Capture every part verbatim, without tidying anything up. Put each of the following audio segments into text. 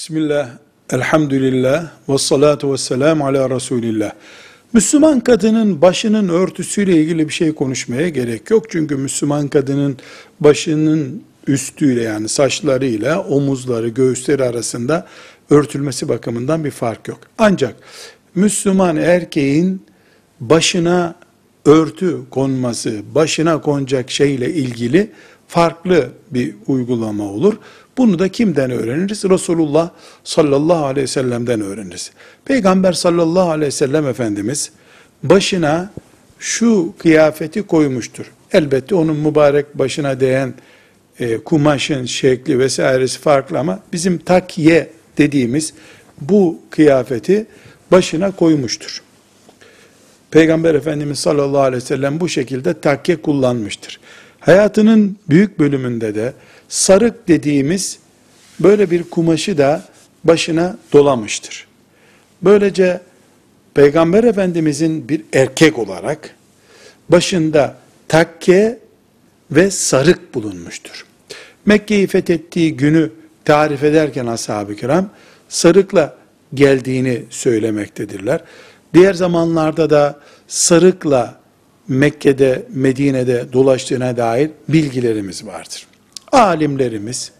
Bismillah, elhamdülillah, ve salatu ve selamu ala Resulillah. Müslüman kadının başının örtüsüyle ilgili bir şey konuşmaya gerek yok. Çünkü Müslüman kadının başının üstüyle, yani saçlarıyla omuzları, göğüsleri arasında örtülmesi bakımından bir fark yok. Ancak Müslüman erkeğin başına örtü konması, başına konacak şeyle ilgili farklı bir uygulama olur. Bunu da kimden öğreniriz? Resulullah sallallahu aleyhi ve sellem'den öğreniriz. Peygamber sallallahu aleyhi ve sellem Efendimiz başına şu kıyafeti koymuştur. Elbette onun mübarek başına değen e, kumaşın şekli vesairesi farklı ama bizim takye dediğimiz bu kıyafeti başına koymuştur. Peygamber Efendimiz sallallahu aleyhi ve sellem bu şekilde takke kullanmıştır. Hayatının büyük bölümünde de sarık dediğimiz böyle bir kumaşı da başına dolamıştır. Böylece Peygamber Efendimizin bir erkek olarak başında takke ve sarık bulunmuştur. Mekke'yi fethettiği günü tarif ederken ashab-ı kiram sarıkla geldiğini söylemektedirler. Diğer zamanlarda da sarıkla Mekke'de, Medine'de dolaştığına dair bilgilerimiz vardır. Alimlerimiz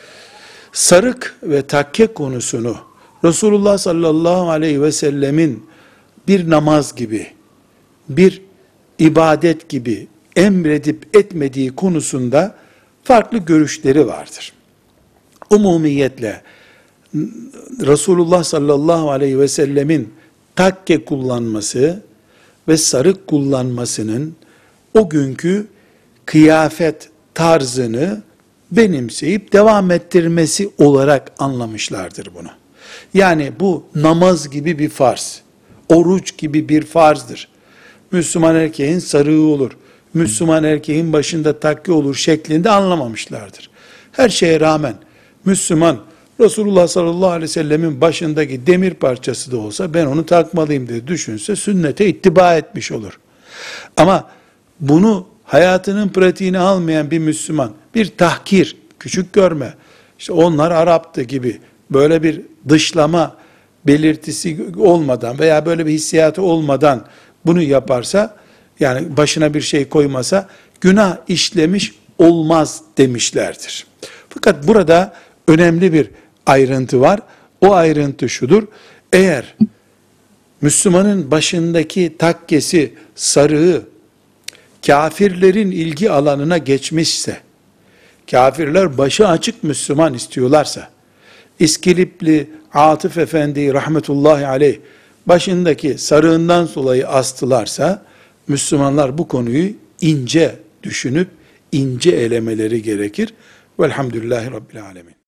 sarık ve takke konusunu Resulullah sallallahu aleyhi ve sellemin bir namaz gibi, bir ibadet gibi emredip etmediği konusunda farklı görüşleri vardır. Umumiyetle Resulullah sallallahu aleyhi ve sellemin takke kullanması ve sarık kullanmasının o günkü kıyafet tarzını benimseyip devam ettirmesi olarak anlamışlardır bunu. Yani bu namaz gibi bir farz, oruç gibi bir farzdır. Müslüman erkeğin sarığı olur, Müslüman erkeğin başında takke olur şeklinde anlamamışlardır. Her şeye rağmen Müslüman Resulullah sallallahu aleyhi ve sellemin başındaki demir parçası da olsa ben onu takmalıyım diye düşünse sünnete ittiba etmiş olur. Ama bunu hayatının pratiğini almayan bir Müslüman bir tahkir, küçük görme, işte onlar Arap'tı gibi böyle bir dışlama belirtisi olmadan veya böyle bir hissiyatı olmadan bunu yaparsa, yani başına bir şey koymasa günah işlemiş olmaz demişlerdir. Fakat burada önemli bir ayrıntı var. O ayrıntı şudur: eğer Müslümanın başındaki takkesi, sarığı kafirlerin ilgi alanına geçmişse, kafirler başı açık Müslüman istiyorlarsa, İskilipli Atıf Efendi rahmetullahi aleyh başındaki sarığından dolayı astılarsa, Müslümanlar bu konuyu ince düşünüp ince elemeleri gerekir. Velhamdülillahi Rabbil Alemin.